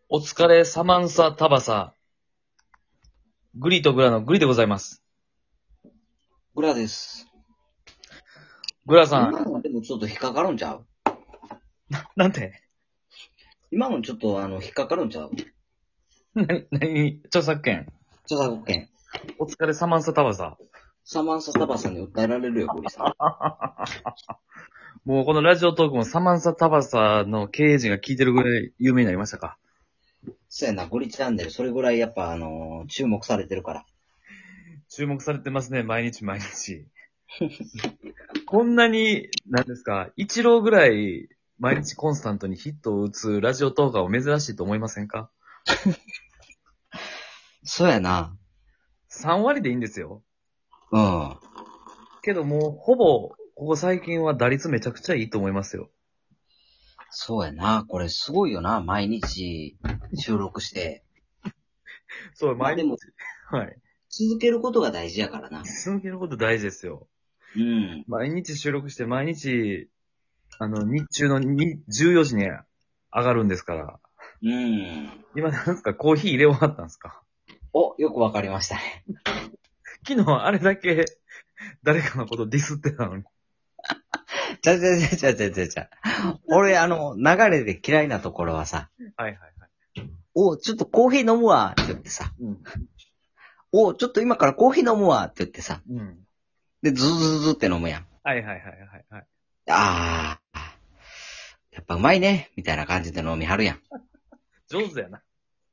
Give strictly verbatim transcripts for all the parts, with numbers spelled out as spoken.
お疲れサマンサタバサ。グリとグラのグリでございます。 グラです。 グラさん、 今のでもちょっと引っかかるんちゃう？ なんて今のちょっとあの、引っかかるんちゃう？ な、なに、著作権。 著作権。 お疲れサマンサタバサ。 サマンサタバさんに訴えられるよ、グリさん。 もうこのラジオトークもサマンサタバサの経営陣が聞いてるぐらい有名になりましたか？ そうやな、グリチャンネル、それぐらいやっぱあのー注目されてるから。 注目されてますね、毎日毎日。こんなに、なんですか、一郎ぐらい毎日コンスタントにヒットを打つラジオトーカーを珍しいと思いませんか？ そうやな。 さん割でいいんですよ。 うん。 けどもう、ほぼ、ここ最近は打率めちゃくちゃいいと思いますよ。 そうやな。これすごいよな。毎日収録して。 そう、毎日。 まあでも、 はい。 続けることが大事やからな。 続けること大事ですよ。 うん。 毎日収録して、毎日、あの、日中のにじゅうよじに上がるんですから。 うん。 今なんですか、コーヒー入れ終わったんですか？ お、よくわかりましたね。 昨日あれだけ誰かのことディスってたのに。 ちゃちゃちゃちゃちゃちゃちゃ。俺あの、流れで嫌いなところはさ、 はいはいはい。 お、ちょっとコーヒー飲むわって言ってさ、 うん。 お、ちょっと今からコーヒー飲むわって言ってさ、 うん。 で、ズズズズって飲むやん。 はいはいはいはいはい。 あー、やっぱうまいね、みたいな感じで飲みはるやん。 上手やな。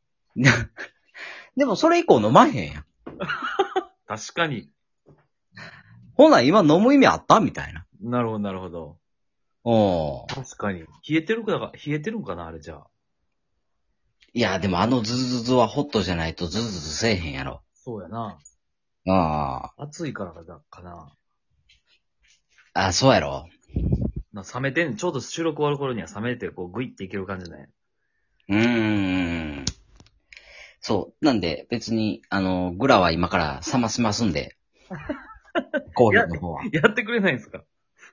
でもそれ以降飲まへんやん。 確かに。 ほな、今飲む意味あったみたいな。 なるほどなるほど。 おー。 確かに。冷えてるか、冷えてるんかな、あれじゃあ。 いや、でもあのズズズズはホットじゃないとズズズズせえへんやろ。 そうやな。 あー。 暑いからかかな。 あ、そうやろ。 な冷めてん、ちょうど収録終わる頃には冷めて、こう、グイっていける感じね。 うーん。そう。なんで、別に、あの、グラは今から冷ましますんで、コーヒや、 ーの方は。 やってくれないんですか？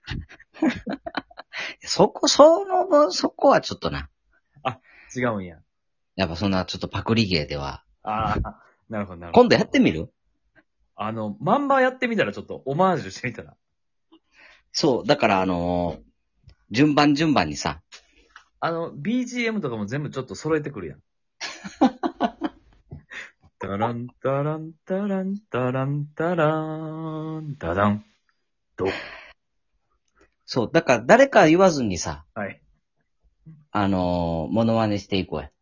そこ、その、そこはちょっとな。 違うんや。 やっぱそんなちょっとパクリ芸では。 ああ、なるほど、なるほど。 今度やってみる？ あの、マンバやってみたらちょっとオマージュしてみたら。 そう。だからあのー順番順番にさ、 あの、ビージーエム とかも全部ちょっと揃えてくるやん。タランタランタランタランタランタラン。どそう。だから誰か言わずにさ、 はい。 あのーモノマネしていこうや。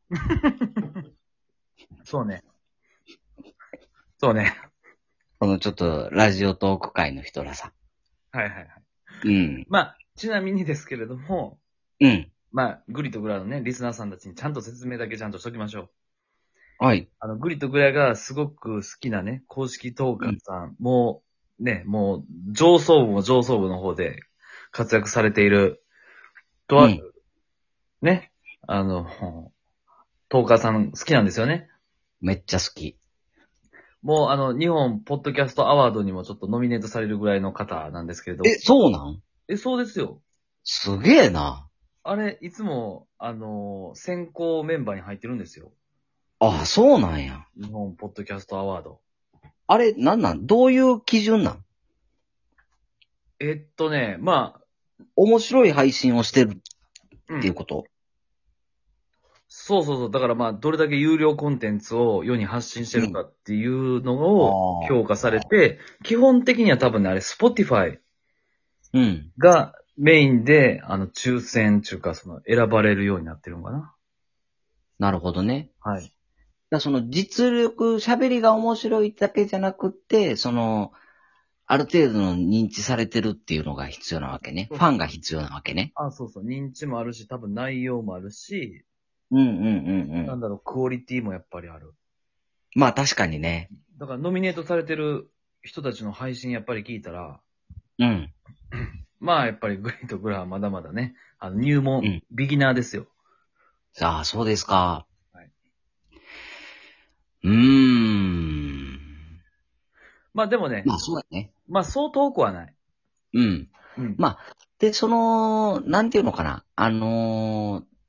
そうね。そうね。 このちょっとラジオトーク界の人らさ。 はいはいはい。 うん。 まあ、ちなみにですけれども、 うん。 まあ、グリとグラのね、リスナーさんたちにちゃんと説明だけちゃんとしときましょう。 はい。 あの、グリとグラがすごく好きなね、公式トーカーさん、もう、ね、もう、上層部も上層部の方で活躍されている、とある、 うん。 ね、あの、トーカーさん好きなんですよね。 めっちゃ好き。 もう、あの、日本ポッドキャストアワードにもちょっとノミネートされるぐらいの方なんですけれど。 え、そうなん？ え、そうですよ。 すげえな。 あれ、いつも、あの、選考メンバーに入ってるんですよ。 あ、そうなんや。 日本ポッドキャストアワード。 あれ、なんなん？どういう基準なん？ えっとね、ま面白い配信をしてるあ、うん。 っていうこと？ そうそうそう。だからまあ、どれだけ有料コンテンツを世に発信してるかっていうのをああ。 評価されて、基本的には多分ね、あれ、Spotify うん。 がメインで、あの、抽選っていうか、その、選ばれるようになってるのかな。 なるほどね。 はい。 だからその実力、喋りが面白いだけじゃなくって、その、ある程度の認知されてるっていうのが必要なわけね。ファンが必要なわけね。 あ、そうそう。認知もあるし、多分内容もあるし、 うんうんうんうん。 なんだろう、クオリティもやっぱりある。 まあ確かにね。 だからノミネートされてる人たちの配信やっぱり聞いたら、 うん。 まあやっぱりグリーとグラはまだまだね、あの入門、 うん。 ビギナーですよ。 ああ、そうですか。 はい、 うーん。 まあでもね、 まあそうやね。 まあそう遠くはない。 うん。 うん。 まあ、で、その、なんていうのかな。あのー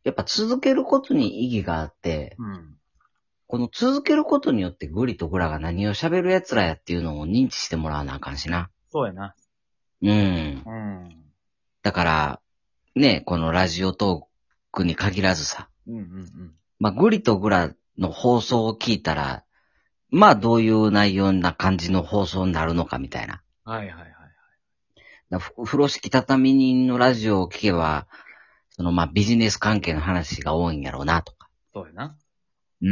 やっぱ続けることに意義があって、 うん。 この続けることによってグリとグラが何を喋る奴らやっていうのを認知してもらわなあかんしな。 そうやな。 うん。 うん。 だから、ね、このラジオトークに限らずさ、 うんうんうん。 まあ、グリとグラの放送を聞いたら、まあ、どういう内容な感じの放送になるのかみたいな。 はいはいはい。 だふ風呂敷畳人のラジオを聞けば、そのまあビジネス関係の話が多いんやろうなとか。 そうやな。 うん。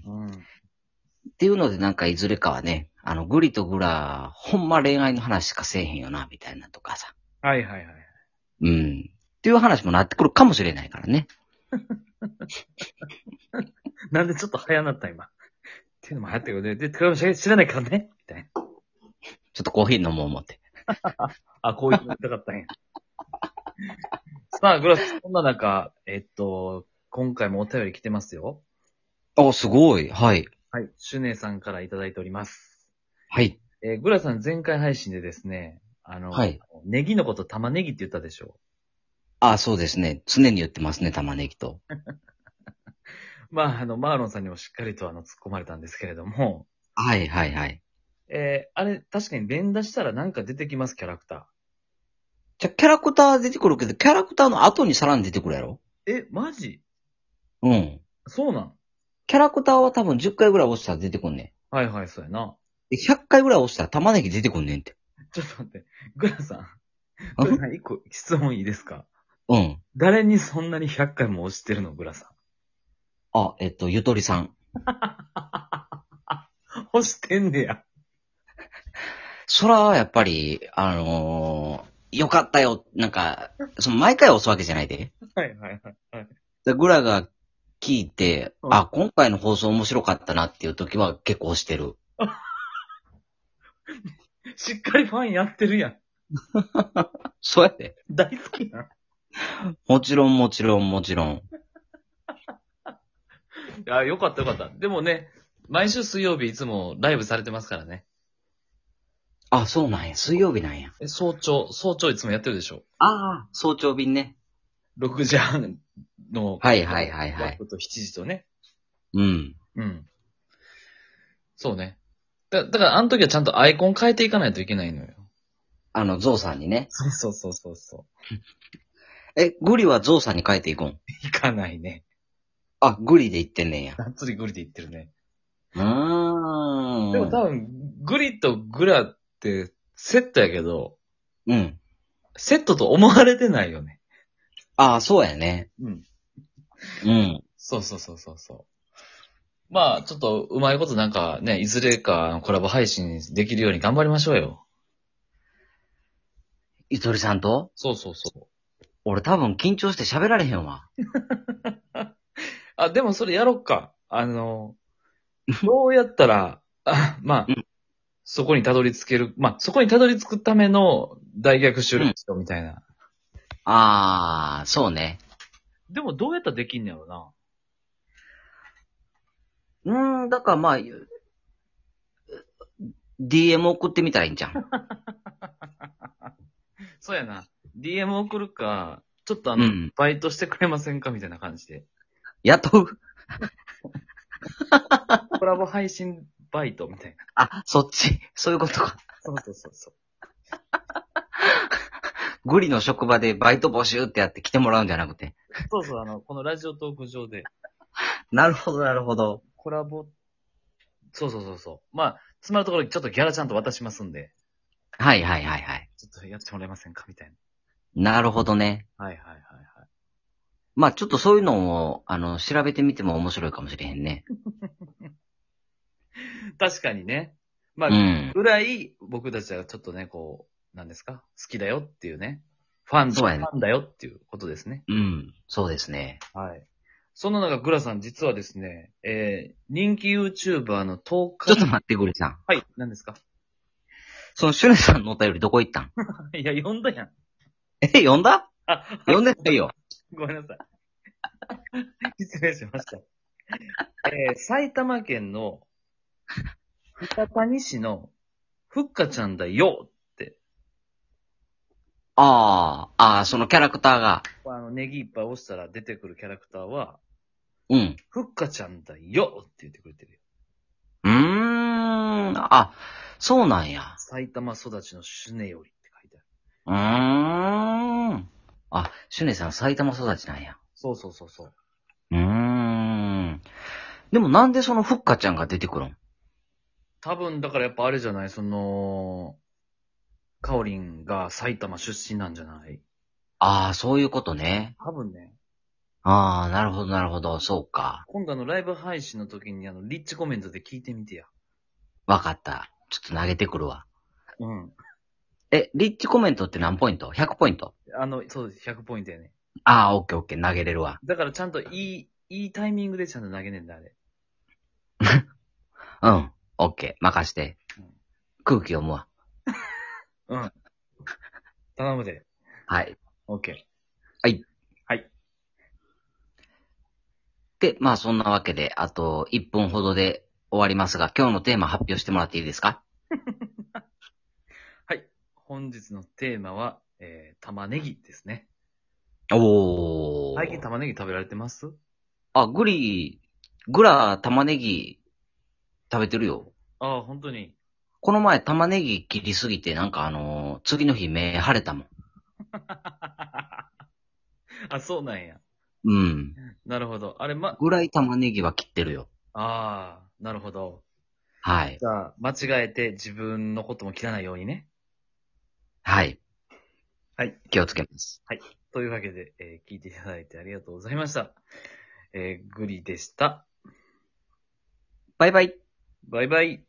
うん。 っていうのでなんかいずれかはね、あの、グリとグラ、ほんま恋愛の話しかせえへんよな、みたいなとかさ。 はいはいはい。 うん。っていう話もなってくるかもしれないからね。 なんでちょっと早なった今。っていうのも流行ってるよね。で、これも知らないからね。みたいな。 ちょっとコーヒー飲もう思って。 あ、こういうの言いたかったんや。さあ、グラス、そんな中、えっと、今回もお便り来てますよ。 あ、すごい。はい。 はい。シュネさんからいただいております。 はい。 えーグラさん前回配信でですね、あの、 はい。 ネギのこと玉ねぎって言ったでしょあ、そうですね。常に言ってますね、玉ねぎと。 う。まあ、あの、マーロンさんにもしっかりとあの、突っ込まれたんですけれども、 はいはいはい。 えーあれ、確かに連打したらなんか出てきます、キャラクタじゃ、キャラクター出てくるけど、キャラクターの後にさらに出てくるやろ？ ー。え、マジうん。 そうなんキャラクターは多分じゅっかいぐらい押したら出てくんねはいはい、そうやな。 ん。で、ひゃっかいぐらい押したら玉ねぎ出てくんねんって。 ちょっと待って。グラさん。グラさん、一個質問いいですか？ うん。 誰にそんなにひゃっかいも押してるの、グラさあ、えっと、ゆとりさん。 ん。押してんねや。 そら、やっぱり、あのー、よかったよ。なんか、その毎回押すわけじゃないで。 はいはいはいはい。 でグラが聞いて、 うんあ、今回の放送面白かったなっていう時は結構押してる。 しっかりファンやってるやん。 そうやって。 大好きな。 もちろん、もちろん、もちろん。 あ、よかったよかった。でもね、毎週水曜日いつもライブされてますからね。 あ、そうなんや。水曜日なんや。 え、早朝、早朝いつもやってるでしょ。 ああ、早朝便ね。 ろくじはんのはいはいはいはい。 枠としちじとね。 うん。 うん。そうね。だ、だからあの時はちゃんとアイコン変えていかないといけないのよ。 あの、ゾウさんにね。 そうそうそうそうそえ、グリはゾウさんに変えていくん？ う。いかないね。 あ、グリで言ってんねんや。 がっつりグリで言ってるね。 うーん。 でも多分、グリとグラってセットやけど、 うん。 セットと思われてないよね。 ああ、そうやね。 うん。 うん。 そうそうそうそうそう。まあ、ちょっとうまいことなんかね、いずれかコラボ配信できるように頑張りましょうよ。 ゆとりさんとそうそうそう。 俺多分緊張して喋られへんわ。 あ、でもそれやろっか。あの、どうやったら、あ、まあ、 うんそこにたどり着ける、まあ、そこにたどり着くための大逆襲レシピみたいな。 ああ、そうね。 でもどうやったらできんねやろな。 うーん、だからまあ、ディーエム 送ってみたらいいんじゃん。 そうやな。ディーエム 送るか、ちょっとあの、 うん。 バイトしてくれませんかみたいな感じで。 雇うコラボ配信バイトみたいな。 あ、そっち。そういうことか。 そうそうそうそう。 グリの職場でバイト募集ってやって来てもらうんじゃなくて。 そうそう、あの、このラジオトーク上で、 なるほど、なるほど。 コラボ、そうそうそうそう。まあ、つまるところちょっとギャラちゃんと渡しますんで、 はいはいはいはい。 ちょっとやってもらえませんかみたいなるほどね。 な。はいはいはいはい。 まあちょっとそういうのを、あの、調べてみても面白いかもしれへんね。 確かにね。まあ、 うん。 ぐらい僕たちはちょっとね、こう、なんですか好きだよっていうね。ファン、 そうやねファンだよっていうことですね。 うん。そうですね。 はい。そんな中、グラさん実はですね、えー、人気 YouTuber の10日。 ちょっと待って、グリさん。 はい、何ですかそのシュネさんのお便りどこ行ったん？ いや、読んだやん。 え、読んだ？ あ、 読んでないよ。 ごめんなさい。失礼しました。えー、埼玉県の二谷市のふっかちゃんだよって。 ああ、ああ、そのキャラクターが。 あの、ネギいっぱい押したら出てくるキャラクターは、 うん。 ふっかちゃんだよって言ってくれてるよ。 うーん。あ、そうなんや。 埼玉育ちのシュネよりって書いてある。 うーん。あ、シュネさん埼玉育ちなんや。 そうそうそうそう。 うーん。でもなんでそのふっかちゃんが出てくるん？ 多分、だからやっぱあれじゃない、その、かおりんが埼玉出身なんじゃない？ ああ、そういうことね。 多分ね。 ああ、なるほど、なるほど。そうか。 今度あのライブ配信の時にあの、リッチコメントで聞いてみてや。 わかった。ちょっと投げてくるわ。 うん。 え、リッチコメントって何ポイント？ ひゃく ポイント？ あの、そうです。ひゃくポイントやね。 ああ、オッケーオッケー。投げれるわ。 だからちゃんといい、いいタイミングでちゃんと投げねえんだ、あれ。 うん。オッケー。任して。 うん空気読むわ。 うん。頼むで。 はい。 オッケー。 はい。 はい。 で、まあそんなわけで、あといっぷんほどで終わりますが、今日のテーマ発表してもらっていいですか？ はい。本日のテーマは、えー、玉ねぎですね。 おー。 最近玉ねぎ食べられてます？ あ、グリ、グラ玉ねぎ食べてるよ。 ああ、本当に。 この前玉ねぎ切りすぎて、なんかあのー次の日目腫れたもん。 あ、そうなんや。 うん。 なるほど。あれ、ま、 ぐらい玉ねぎは切ってるよ。 ああ、なるほど。 はい。 じゃあ、間違えて自分のことも切らないようにね。 はい。 はい。 気をつけます。 はい。というわけで、えー聞いていただいてありがとうございました。えーグリでした。 バイバイ。 バイバイ。